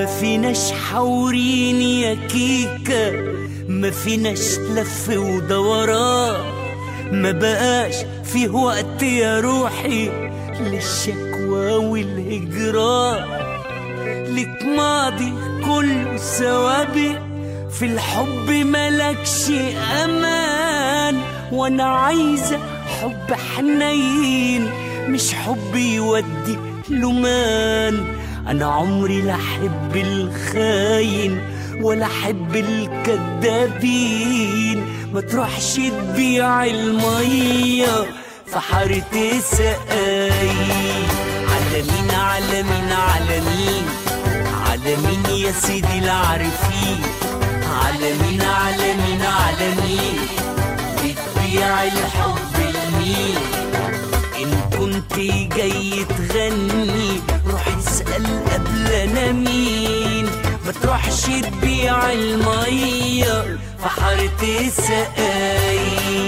ما فيناش حورين يا كيكة، ما فيناش لف ودوران، ما بقاش فيه وقت يا روحي للشكوى والهجران. لك ماضي كله سوابق، في الحب ملكش امان، وانا عايزة حب حنين مش حب يودي لمان. انا عمري لا احب الخاين ولا احب الكدابين، ما تروحش تبيع المية في حارة سقاي. على مين على مين على مين على مين يا سيدي العارفين، على مين على مين على مين بتبيع الحب لمين؟ إن كنت جاي تغني روح اسأل قبل أنا مين، ما تروحش تبيع المية في حارة سقاي.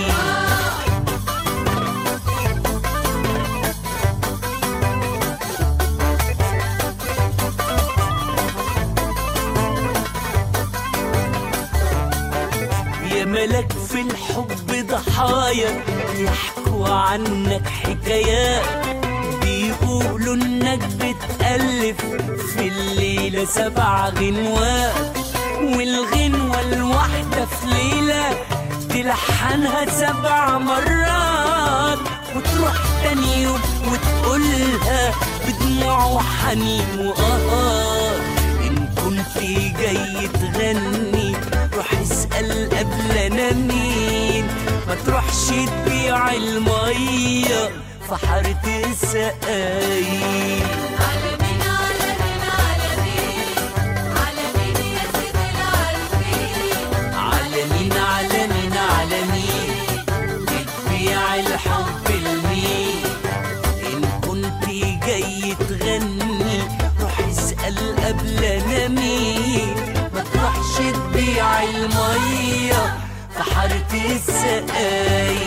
يا ملك في الحب ضحايا يحكوا عنك حكايات، بيقولوا انك بتألف في الليلة 7 غنوات، والغنوة الواحدة في ليلة تلحنها 7 مرات، وتروح تاني يوم وتقولها بدموع وحنين وقهار. إن كنت جاي تغني روح اسأل قبل أنا مين، ما تروحش تبيع المية في حارة سقاي. على مين على مين على مين على مين يا سيدي العارفين، على مين على مين على مين بتبيع الحب لمين؟ إن كنت جاي تغني روح اسأل قبل أنا مين، ما تروحش تبيع المية في حارة سقاي.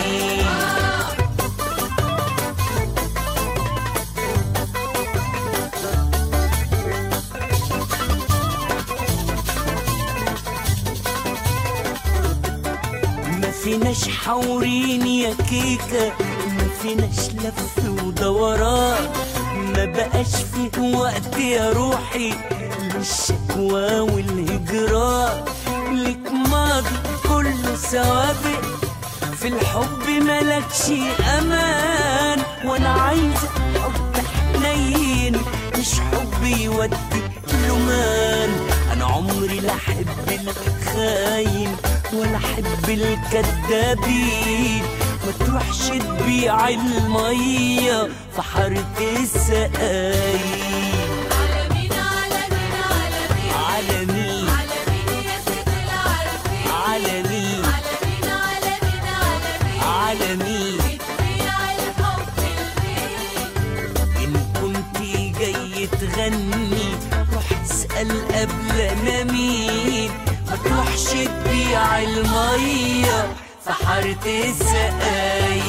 ما فيناش حورين يا كيكة، ما فيناش لف ودوران، ما بقاش فيه وقت يا روحي للشكوى والهجران. لك ماضي كله سوابق، في الحب ملكش امان، وانا عايزة حب حنين مش حب يودي لمان. انا عمري لا احب الخاين ولا احب الكدابين، ما تروحش تبيع المية في حارة سقاي. على مين على مين على مين على مين على مين يا سيدي العارفين، على مين على مين على مين على مين على مين بتبيع الحب لمين؟ إن كنت جاي تغني روح اسأل قبل أنا مين، ما تروحش تبيع المية في حارة سقاي.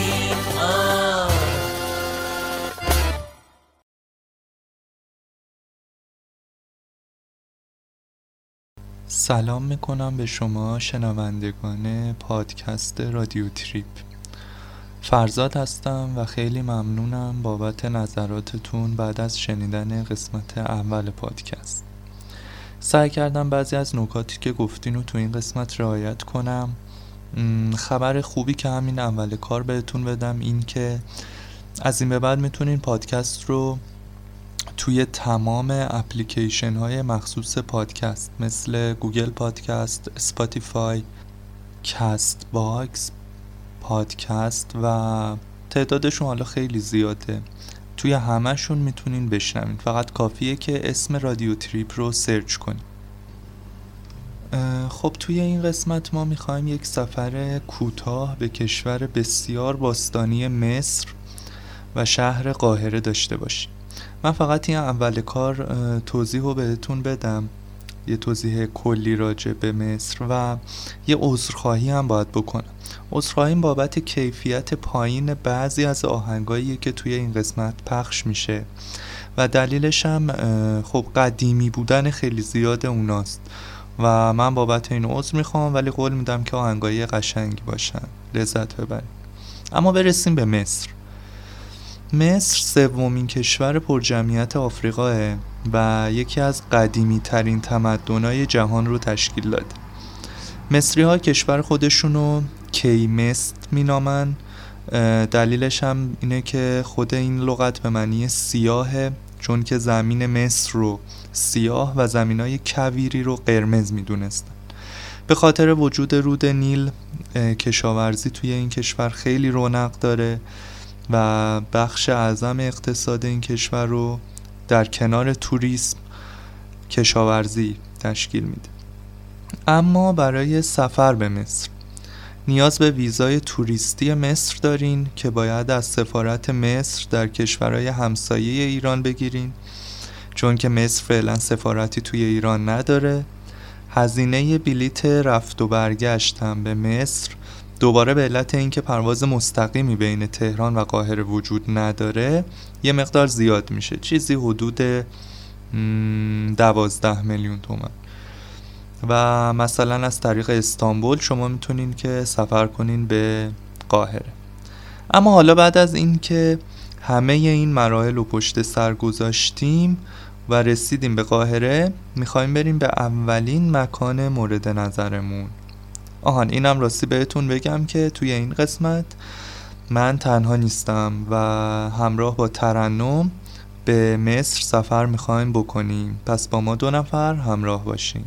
سلام میکنم به شما شنوندگان پادکست رادیو تریپ. فرزاد هستم و خیلی ممنونم بابت نظراتتون بعد از شنیدن قسمت اول پادکست. سعی کردم بعضی از نکاتی که گفتین رو تو این قسمت رعایت کنم. خبر خوبی که همین اول کار بهتون بدم این که از این به بعد میتونین پادکست رو توی تمام اپلیکیشن های مخصوص پادکست مثل گوگل پادکست، اسپاتیفای، کست باکس، پادکست و تعدادشون حالا خیلی زیاده، توی همه‌شون میتونین بشنوین. فقط کافیه که اسم رادیو تریپ رو سرچ کنین. خب توی این قسمت ما میخوایم یک سفر کوتاه به کشور بسیار باستانی مصر و شهر قاهره داشته باشیم. من فقط این اول کار توضیح رو بهتون بدم، یه توضیح کلی راجع به مصر و یه عذرخواهی هم باید بکنم. عذرخواهیم بابت کیفیت پایین بعضی از آهنگایی که توی این قسمت پخش میشه و دلیلش هم خب قدیمی بودن خیلی زیاد اوناست و من بابت این عذر میخوام، ولی قول میدم که آهنگای قشنگی باشن، لذت ببرید. اما برسیم به مصر. مصر سومین کشور پرجمعیت آفریقاه و یکی از قدیمی ترین تمدن‌های جهان رو تشکیل داده. مصری ها کشور خودشونو کیمست مینامن. دلیلش هم اینه که خود این لغت به معنی سیاهه، چون که زمین مصر رو سیاه و زمینای کویری رو قرمز میدونستن. به خاطر وجود رود نیل کشاورزی توی این کشور خیلی رونق داره و بخش اعظم اقتصاد این کشور رو در کنار توریسم کشاورزی تشکیل میده. اما برای سفر به مصر نیاز به ویزای توریستی مصر دارین که باید از سفارت مصر در کشورهای همسایه ایران بگیرین، چون که مصر فعلا سفارتی توی ایران نداره. هزینه بلیت رفت و برگشت هم به مصر دوباره به علت اینکه پرواز مستقیمی بین تهران و قاهره وجود نداره یه مقدار زیاد میشه، چیزی حدود 12 میلیون تومان. و مثلا از طریق استانبول شما میتونین که سفر کنین به قاهره. اما حالا بعد از این که همه این مراحل رو پشت سر گذاشتیم و رسیدیم به قاهره، میخوایم بریم به اولین مکان مورد نظرمون. اینم راستی بهتون بگم که توی این قسمت من تنها نیستم و همراه با ترنم به مصر سفر میخوایم بکنیم، پس با ما 2 نفر همراه باشیم.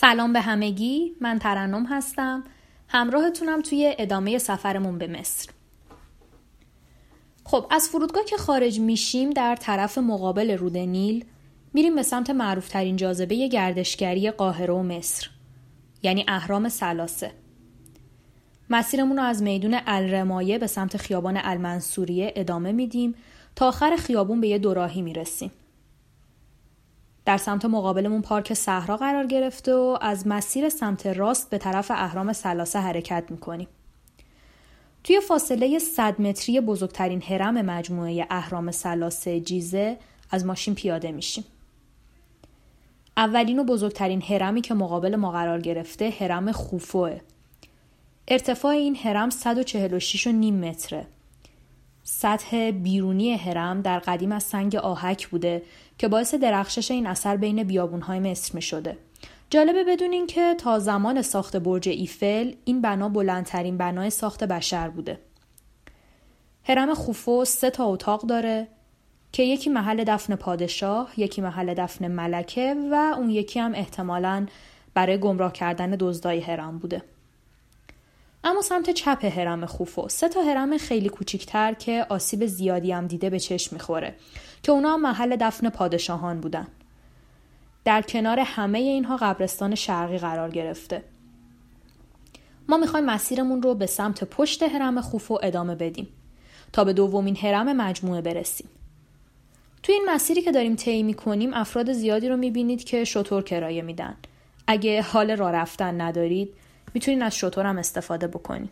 سلام به همگی، من ترنم هستم. همراهتونم توی ادامه سفرمون به مصر. خب از فرودگاه که خارج میشیم در طرف مقابل رود نیل میریم به سمت معروفترین جاذبه گردشگری قاهره و مصر، یعنی اهرام ثلاثه. مسیرمون رو از میدون الرمایه به سمت خیابان المنصوریه ادامه میدیم تا آخر خیابون به یه دوراهی میرسیم. در سمت مقابلمون پارک صحرا قرار گرفته و از مسیر سمت راست به طرف اهرام ثلاثه حرکت میکنیم. توی فاصله 100 متری بزرگترین هرم مجموعه اهرام ثلاثه جیزه از ماشین پیاده میشیم. اولین و بزرگترین هرمی که مقابل ما قرار گرفته هرم خوفوه. ارتفاع این هرم 146.5 متره. سطح بیرونی هرم در قدیم از سنگ آهک بوده که باعث درخشش این اثر بین بیابون‌های مصر می شده. جالبه بدونین که تا زمان ساخت برج ایفل این بنا بلندترین بنای ساخت بشر بوده. هرم خوفو 3 اتاق داره که یکی محل دفن پادشاه، یکی محل دفن ملکه و اون یکی هم احتمالاً برای گمراه کردن دزدای هرم بوده. اما سمت چپ هرم خوفو 3 هرم خیلی کوچیک‌تر که آسیب زیادی هم دیده به چشم می‌خوره که اونا هم محل دفن پادشاهان بودن. در کنار همه اینها قبرستان شرقی قرار گرفته. ما می‌خوایم مسیرمون رو به سمت پشت هرم خوفو ادامه بدیم تا به دومین هرم مجموعه برسیم. توی این مسیری که داریم طی می‌کنیم افراد زیادی رو می‌بینید که شتر کرایه میدن. اگه حال راه رفتن ندارید میتونین از شتر هم استفاده بکنین.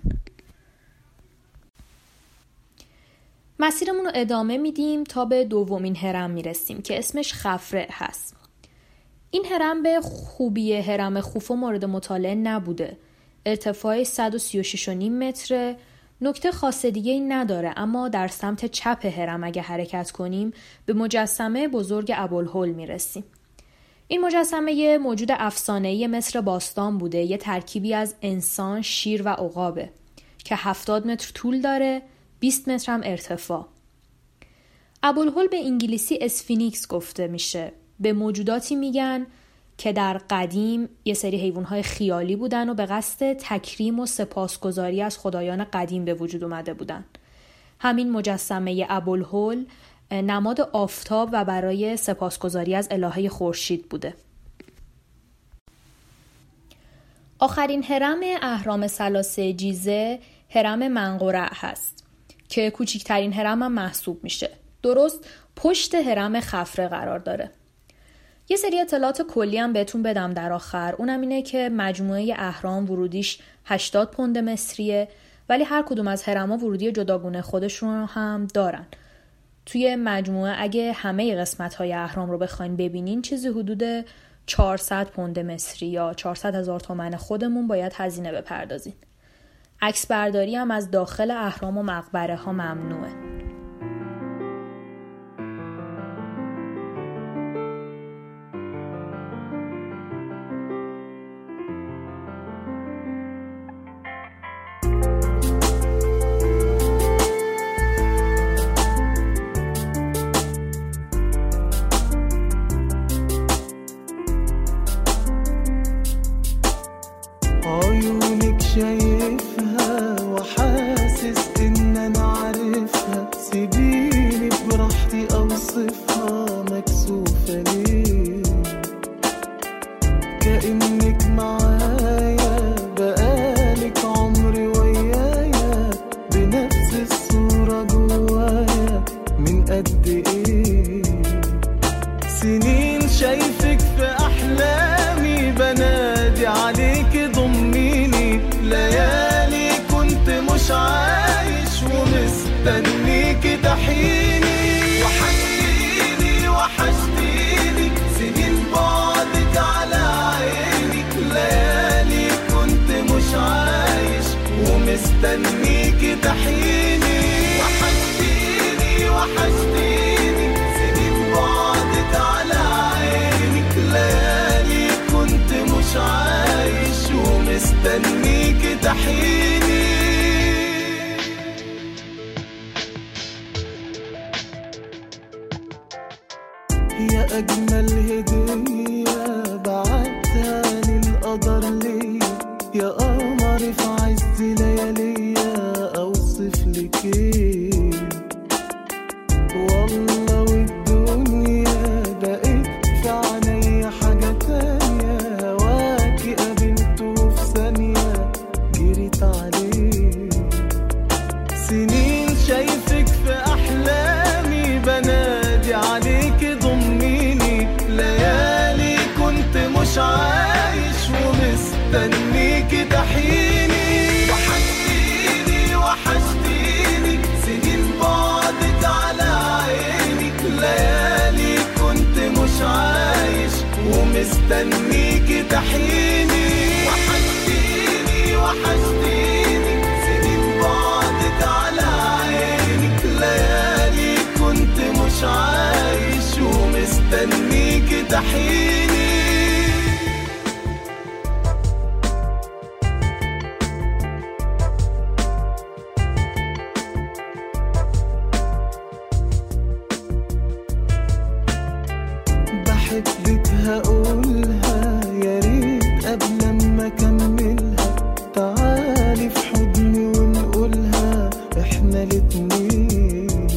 مسیرمون رو ادامه میدیم تا به دومین هرم میرسیم که اسمش خفرع هست. این هرم به خوبی هرم خوفو مورد مطالعه نبوده. ارتفاع 136.5 متره. نکته خاص دیگه این نداره، اما در سمت چپ هرم اگه حرکت کنیم به مجسمه بزرگ ابوالهول میرسیم. این مجسمه یه موجود افسانه‌ای مصر باستان بوده، یه ترکیبی از انسان، شیر و عقابه که 70 متر طول داره، 20 متر هم ارتفاع. ابوالهول به انگلیسی اسفینکس گفته میشه. به موجوداتی میگن که در قدیم یه سری حیوانات خیالی بودن و به قصد تکریم و سپاسگزاری از خدایان قدیم به وجود اومده بودن. همین مجسمه ابوالهول نماد آفتاب و برای سپاسگزاری از الهه خورشید بوده. آخرین هرم اهرام ثلاثه جیزه هرم منقرع هست که کوچکترین هرم هم محسوب میشه. درست پشت هرم خفرع قرار داره. یه سری اطلاعات کلی هم بهتون بدم در آخر. اونم اینه که مجموعه اهرام ورودیش 80 پوند مصریه، ولی هر کدوم از هرم‌ها ورودی جداگونه خودشون هم دارن. توی مجموعه اگه همه قسمت‌های اهرام رو بخواین ببینین چیزی حدود 400 پوند مصری یا 400,000 تومان خودمون باید هزینه بپردازین. عکس برداری هم از داخل اهرام و مقبره ها ممنوعه. شايفها وحاسس ان انا عارفها، سيبيني براحتي اوصفها، مكسوفة ليه كأنك معايا بقالك عمري ويايا، بنفس الصورة جوايا من قد ايه سنين شايفك في احلامي، بنادي عليك ضميني، ليالي كنت مش عايش ومستنيك تحيني، وحشتيني وحشتيني سنين بعدك على عيني، ليالي كنت مش عايش ومستنيك تحيني، وحشتيني وحشتيني سنين بعدك على عيني، ليالي كنت مش عايش ومستنيك تحيني. يا أجمل هدية بعتها للأرض عارف عز لياليا اوصف لك ايه، والله والدنيا بقت في عينيا حاجة تانية، هواكي قابلته في ثانية جريت عليه. سنين شايفك في احلامي بنادي عليكي ضميني، ليالي كنت مش عايش ومستنيكي تحيني. وحشتيني وحشتيني سنين بعدت على عيني، ليالي كنت مش عايش ومستنيكي تحيني. وحشتيني وحشتيني سنين بعدت على عيني، ليالي كنت مش عايش ومستنيكي تحيني. بحبك هقولها يا ريت قبل ما اكملها، تعالي في حضني ونقولها احنا الاتنين.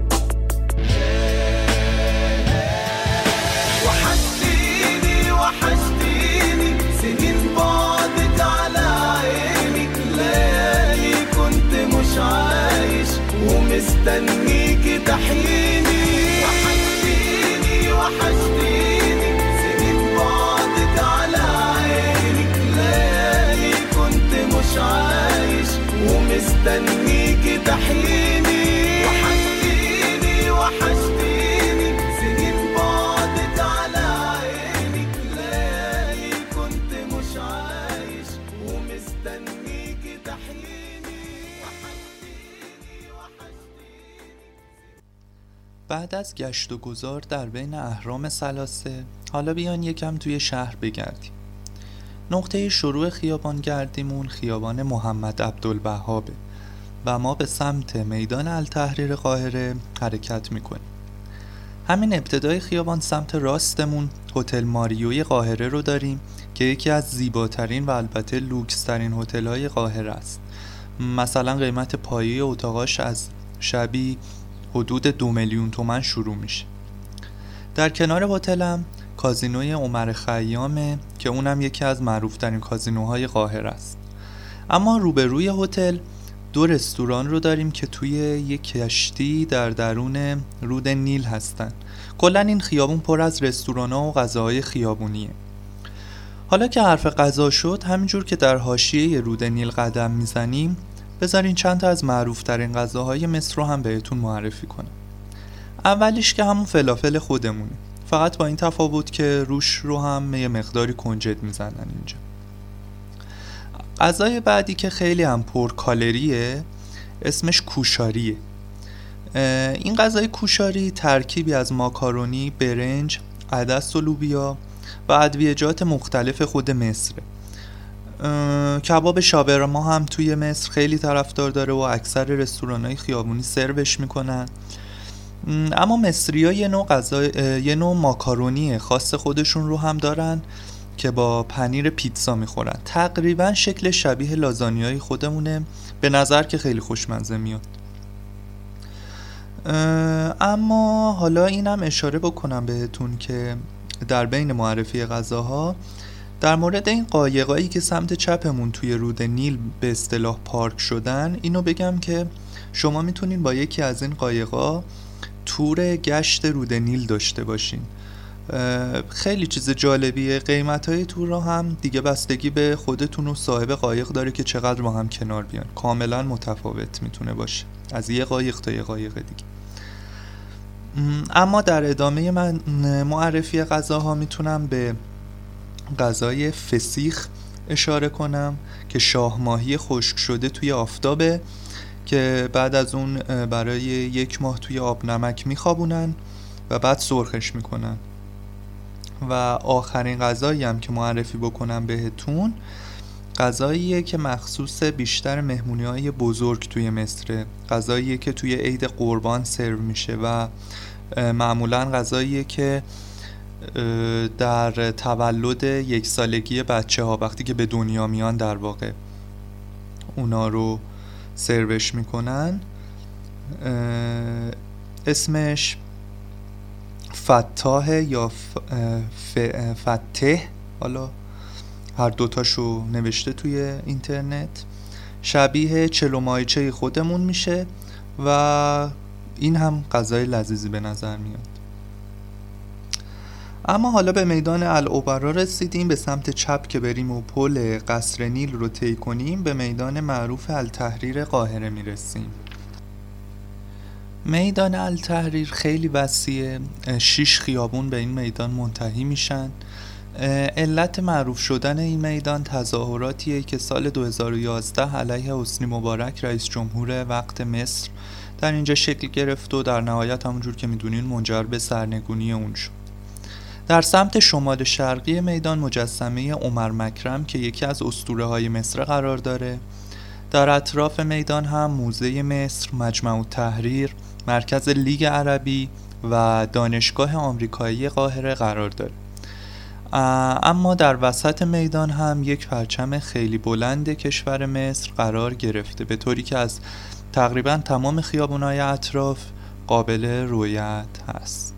وحشتيني وحشتيني سنين بعدت على عيني، ليالي كنت مش عايش ومستنيكي تحيني. وحشتيني وحشتيني سنين بعدت على عيني، ليالي كنت مش عايش ومستنيكي تحيني. وحشتيني وحشتيني سنين بعدت على عيني، ليالي كنت مش عايش ومستنيكي تحيني. وحشتيني وحشتيني. بعد از گشت و گذار در بین اهرام ثلاثه، حالا بیان یکم توی شهر بگردیم. نقطه شروع خیابان گردیمون خیابان محمد عبدالوهابه و ما به سمت میدان التحریر قاهره حرکت میکنیم. همین ابتدای خیابان سمت راستمون هتل ماریوی قاهره رو داریم که یکی از زیباترین و البته لوکس ترین هتل‌های قاهره است. مثلا قیمت پایه اتاقاش از شبی حدود 2 میلیون تومان شروع میشه. در کنار هتلم کازینوی عمر خیامه که اونم یکی از معروفترین کازینوهای قاهره است. اما روبروی هتل 2 رستوران رو داریم که توی یک کشتی در درون رود نیل هستن. کلا این خیابون پر از رستوران‌ها و غذاهای خیابونیه. حالا که حرف غذا شد، همینجور که در حاشیه رود نیل قدم میزنیم، بذارین چند تا از معروفترین غذاهای مصر رو هم بهتون معرفی کنم. اولیش که همون فلافل خودمونه، فقط با این تفاوت که روش رو هم یه مقداری کنجد میزنن اینجا. غذای بعدی که خیلی هم پر کالریه اسمش کوشاریه. این غذای کوشاری ترکیبی از ماکارونی، برنج، عدس و لوبیا و ادویجات مختلف خود مصره. کباب شاورما هم توی مصر خیلی طرفدار داره و اکثر رستوران‌های خیابونی سروش میکنن. اما مصری‌ها یه نوع ماکارونی خاص خودشون رو هم دارن که با پنیر پیتزا میخورن. تقریبا شکل شبیه لازانیای خودمونه، به نظر که خیلی خوشمزه میاد. اما حالا اینم اشاره بکنم بهتون که در بین معرفی غذاها در مورد این قایقایی که سمت چپمون توی رود نیل به اصطلاح پارک شدن، اینو بگم که شما میتونین با یکی از این قایقا تور گشت رود نیل داشته باشین. خیلی چیز جالبیه. قیمت‌های تور رو هم دیگه بستگی به خودتون و صاحب قایق داره که چقدر با هم کنار بیان. کاملا متفاوت میتونه باشه از یه قایق تا یه قایق دیگه. اما در ادامه من معرفی غذاها میتونم به غذای فسیخ اشاره کنم که شاه ماهی خشک شده توی آفتابه که بعد از اون برای 1 ماه توی آب نمک میخوابونن و بعد سرخش میکنن. و آخرین غذایی هم که معرفی بکنم بهتون غذاییه که مخصوص بیشتر مهمونی‌های بزرگ توی مصره. غذاییه که توی عید قربان سرو میشه و معمولاً غذاییه که در تولد 1 سالگی بچه ها وقتی که به دنیا میان در واقع اونا رو سروش میکنن، اسمش فتاح یا فتح، حالا هر دوتاشو نوشته توی اینترنت، شبیه چلو ماهیچه خودمون میشه و این هم غذای لذیذی به نظر میاد. اما حالا به میدان العبرا رسیدیم. به سمت چپ که بریم و پل قصر نیل رو طی کنیم به میدان معروف التحریر قاهره میرسیم. میدان التحریر خیلی وسیعه، 6 خیابون به این میدان منتهی میشن. علت معروف شدن این میدان تظاهراتیه که سال 2011 علیه حسنی مبارک رئیس جمهور وقت مصر در اینجا شکل گرفت و در نهایت همونجور که میدونین منجر به سرنگونی اون شد. در سمت شمال شرقی میدان مجسمه عمر مکرم که یکی از اسطوره‌های مصر قرار داره. در اطراف میدان هم موزه مصر، مجمع التحریر، مرکز لیگ عربی و دانشگاه آمریکایی قاهره قرار داره. اما در وسط میدان هم یک پرچم خیلی بلند کشور مصر قرار گرفته، به طوری که از تقریبا تمام خیابان‌های اطراف قابل رؤیت هست.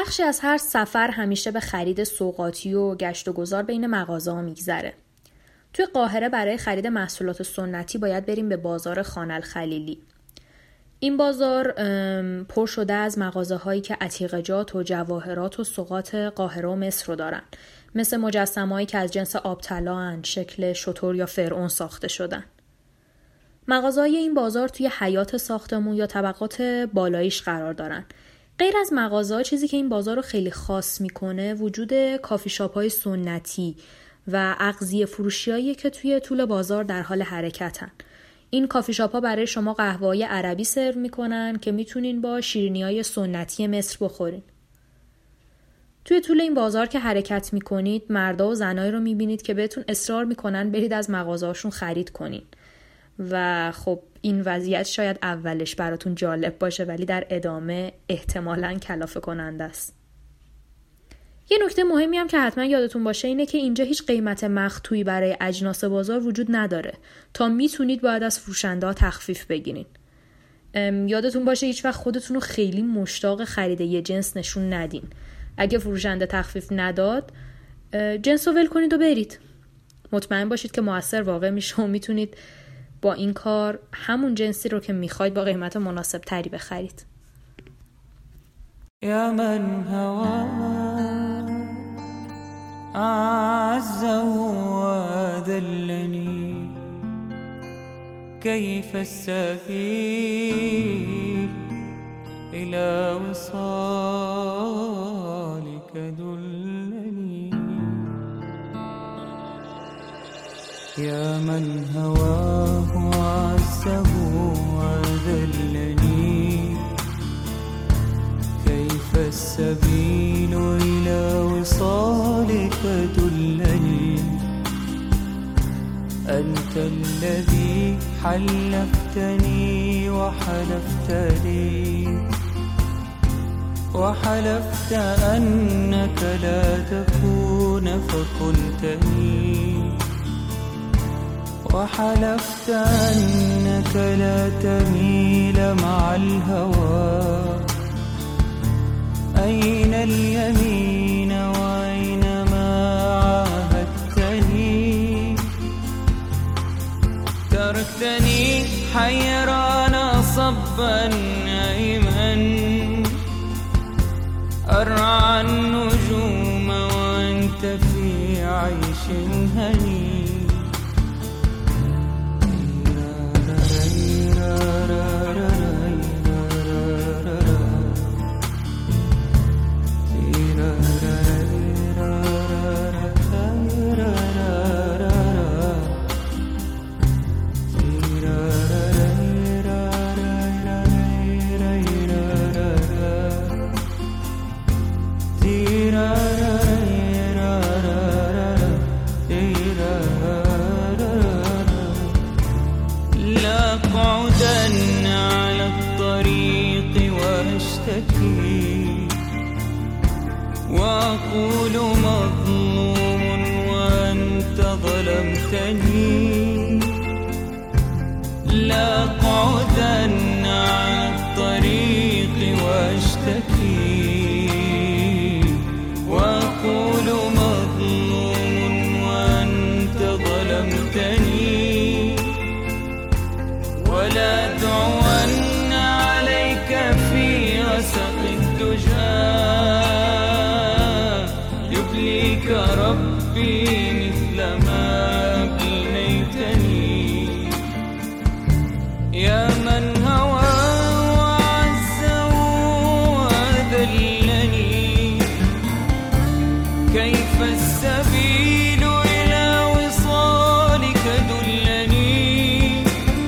بخشی از هر سفر همیشه به خرید سوغاتی و گشت و گذار بین مغازه‌ها میگذره. توی قاهره برای خرید محصولات سنتی باید بریم به بازار خان الخلیلی. این بازار پر شده از مغازه‌هایی که عتیقه‌جات و جواهرات و سوغات قاهره و مصر رو دارن، مثل مجسمه‌هایی که از جنس آبطلان، شکل شتر یا فرعون ساخته شدن. مغازه‌های این بازار توی حیاط ساختمون یا طبقات بالاییش قرار دارن. غیر از مغازه‌ها، چیزی که این بازار رو خیلی خاص میکنه وجود کافی شاپ‌های سنتی و اغذیه فروشیایی که توی طول بازار در حال حرکتن. این کافی شاپ‌ها برای شما قهوه‌های عربی سرو میکنن که میتونین با شیرینی‌های سنتی مصر بخورین. توی طول این بازار که حرکت میکنید، مردا و زنایی رو میبینید که بهتون اصرار میکنن برید از مغازه‌هاشون خرید کنین. و خب این وضعیت شاید اولش براتون جالب باشه، ولی در ادامه احتمالاً کلافه کننده است. یه نکته مهمی هم که حتما یادتون باشه اینه که اینجا هیچ قیمت مقطوعی برای اجناس بازار وجود نداره. تا میتونید باید از فروشنده ها تخفیف بگیرین. یادتون باشه هیچ وقت خودتون رو خیلی مشتاق خرید یه جنس نشون ندین. اگه فروشنده تخفیف نداد، جنس رو ول کنید و برید. مطمئن باشید که مؤثر واقع میشه و میتونید با این کار همون جنسی رو که میخواید با قیمت مناسب تری بخرید. يا من هوى أعزه وذلني كيف السبيل إلى وصالك دلني يا من هواه أعزه وذلني كيف السبيل إلى وصالك دلني أنت الذي حلفتني وحلفت أنك لا تكون فكنتني وحلفت أنك لا تميل مع الهوى أين اليمين وأين ما عاهدتني تركتني حيران صبا نائما أرعى النجوم وأنت في عيش هني لأقعدن على الطريق وأشتكي وأقول مظلوم وأنت ظلمتني لأقعدن على الطريق وأشتكي وأقول مظلوم وأنت ظلمتني ولا تعون عليك في غسق الدجى يبليك ربي مثل ما أبليتني يا من هوى وعز وذلني كيف السبيل إلى وصالك دلني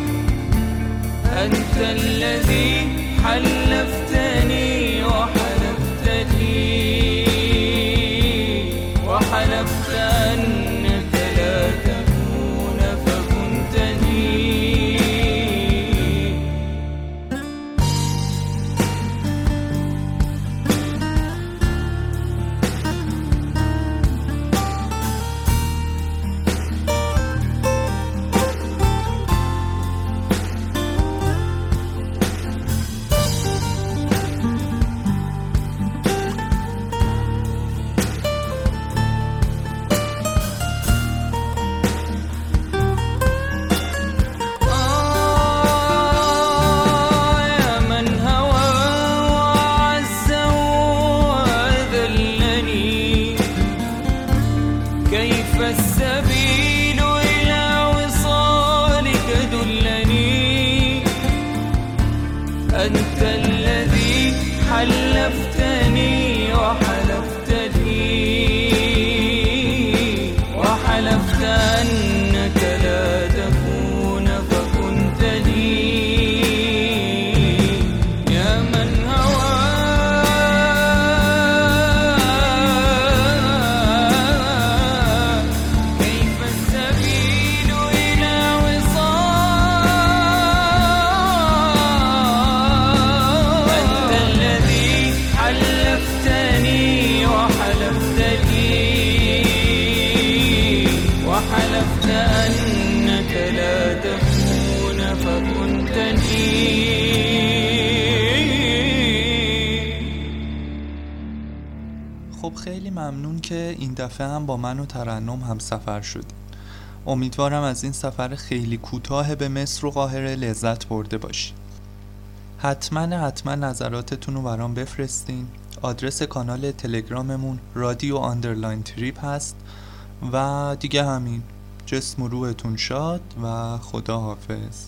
أنت الذي حلفتني وحلفت أنك لا تكون فكنتني خیلی ممنون که این دفعه هم با من و ترنم هم سفر شدیم. امیدوارم از این سفر خیلی کوتاه به مصر و قاهره لذت برده باشی. حتما نظراتتون رو برام بفرستین. آدرس کانال تلگراممون radio_trip هست و دیگه همین. جسم و روحتون شاد و خدا حافظ.